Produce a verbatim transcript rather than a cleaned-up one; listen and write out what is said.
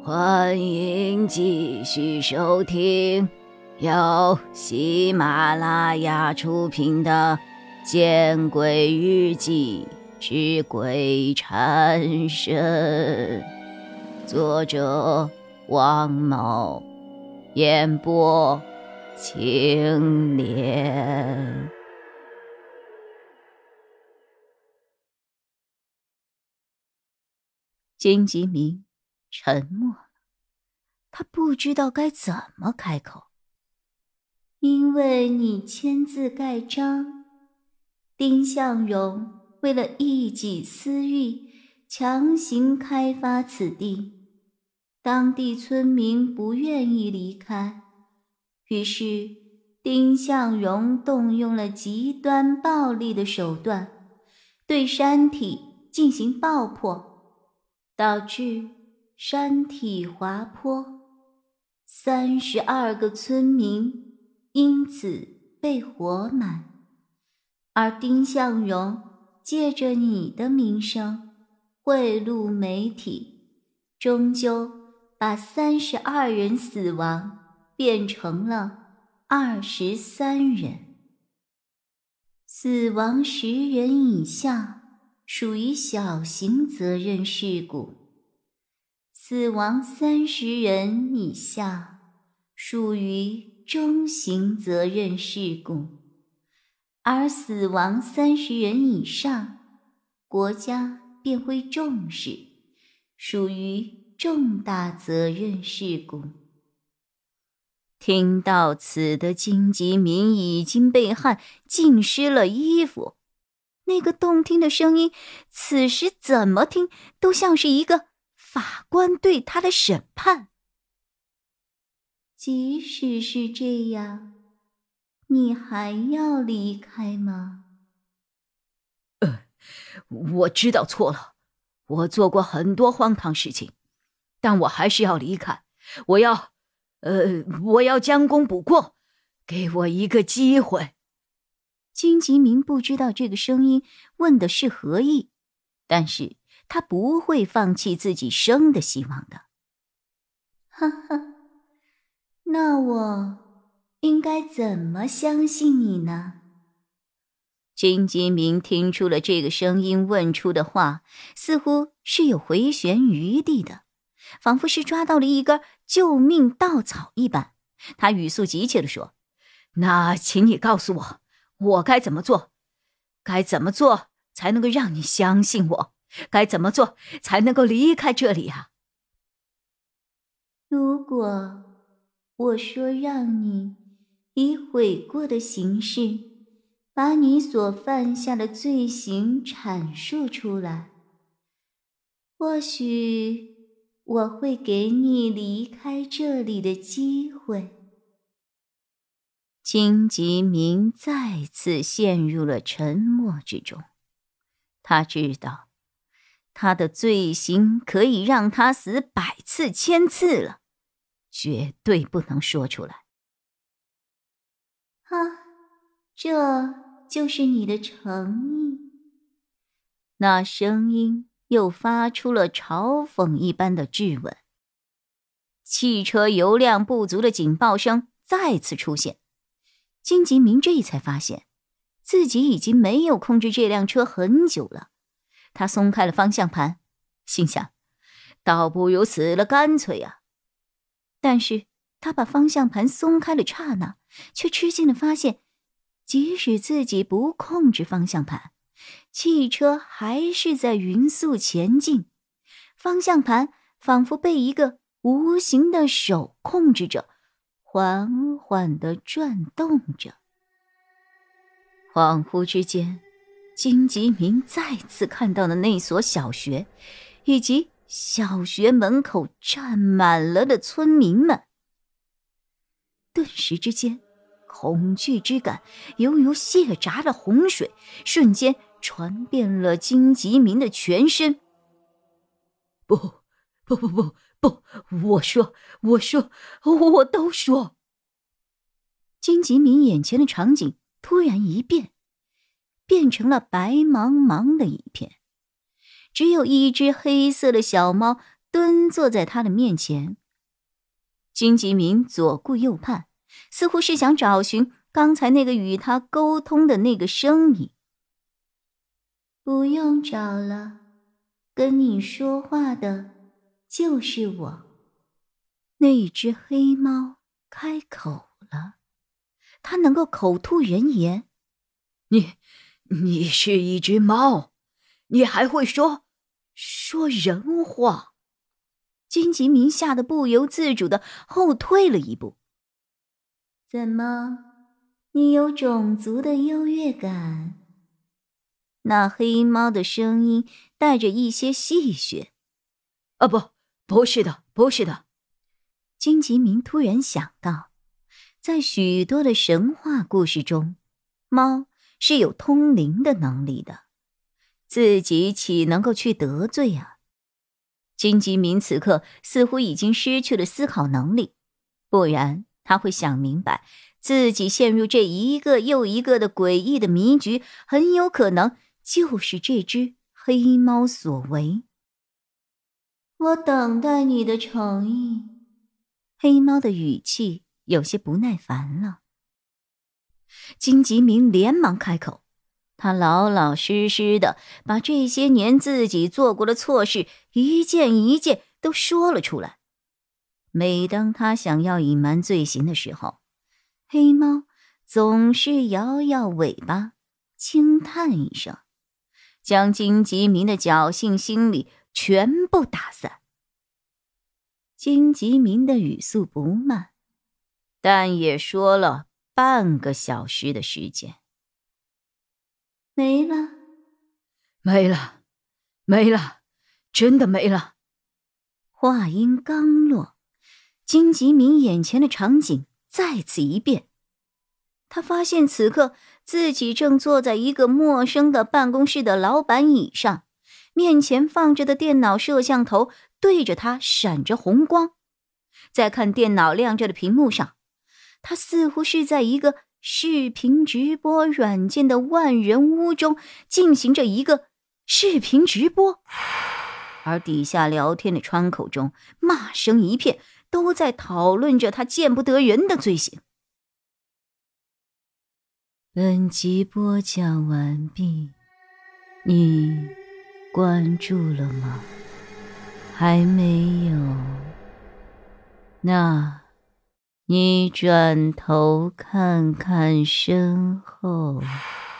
欢迎继续收听由喜马拉雅出品的《见鬼日记之鬼缠身》，作者王某，演播青莲。金吉明沉默了，他不知道该怎么开口。 因为你签字盖章，丁向荣为了一己私欲，强行开发此地，当地村民不愿意离开，于是丁向荣动用了极端暴力的手段，对山体进行爆破，导致山体滑坡，三十二个村民因此被活埋。而丁向荣借着你的名声贿赂媒体，终究把三十二人死亡变成了二十三人。死亡十人以下属于小型责任事故，死亡三十人以下属于中型责任事故，而死亡三十人以上，国家便会重视，属于重大责任事故。 听到此的金吉明已经被汗浸湿了衣服，那个动听的声音此时怎么听都像是一个法官对他的审判。 即使是这样，你还要离开吗？ 呃，我知道错了，我做过很多荒唐事情，但我还是要离开。我要，呃，我要将功补过，给我一个机会。金吉明不知道这个声音问的是何意，但是他不会放弃自己生的希望的。 哈哈，那我应该怎么相信你呢？ 金吉明听出了这个声音问出的话似乎是有回旋余地的，仿佛是抓到了一根救命稻草一般。他语速急切地说：那请你告诉我，我该怎么做？该怎么做才能够让你相信我？该怎么做才能够离开这里啊？ 如果我说让你以悔过的形式把你所犯下的罪行阐述出来，或许我会给你离开这里的机会。 金吉明再次陷入了沉默之中。他知道他的罪行可以让他死百次千次了，绝对不能说出来。 啊，这就是你的诚意。 那声音又发出了嘲讽一般的质问。汽车油量不足的警报声再次出现。金吉明这才发现自己已经没有控制这辆车很久了。他松开了方向盘，心想倒不如死了干脆啊。但是他把方向盘松开了刹那，却吃惊地发现，即使自己不控制方向盘，汽车还是在匀速前进，方向盘仿佛被一个无形的手控制着，缓缓地转动着。恍惚之间，金吉明再次看到了那所小学，以及小学门口站满了的村民们。顿时之间，恐惧之感犹如泄闸的洪水，瞬间传遍了金吉明的全身。不不不不不，我说我说我都说。金吉明眼前的场景突然一变，变成了白茫茫的一片，只有一只黑色的小猫蹲坐在他的面前。金吉明左顾右盼，似乎是想找寻刚才那个与他沟通的那个声音。 不用找了，跟你说话的就是我。 那只黑猫开口了，它能够口吐人言。 你，你是一只猫，你还会说，说人话。 金吉明吓得不由自主地后退了一步。 怎么，你有种族的优越感？ 那黑猫的声音带着一些戏谑。 啊不，不是的，不是的。 金吉明突然想到，在许多的神话故事中，猫是有通灵的能力的，自己岂能够去得罪啊？金吉明此刻似乎已经失去了思考能力，不然他会想明白，自己陷入这一个又一个的诡异的迷局，很有可能就是这只黑猫所为。 我等待你的诚意。 黑猫的语气有些不耐烦了。金吉明连忙开口，他老老实实的把这些年自己做过的错事一件一件都说了出来。每当他想要隐瞒罪行的时候，黑猫总是摇摇尾巴，轻叹一声，将金吉明的侥幸心理全部打散。金吉明的语速不慢，但也说了半个小时的时间。 没了， 没了，没了，真的没了。 话音刚落，金吉明眼前的场景再次一变。他发现此刻自己正坐在一个陌生的办公室的老板椅上，面前放着的电脑摄像头对着他闪着红光。在看电脑亮着的屏幕上，他似乎是在一个视频直播软件的万人屋中进行着一个视频直播，而底下聊天的窗口中骂声一片，都在讨论着他见不得人的罪行。本集播讲完毕，你关注了吗？还没有？那你转头看看身后。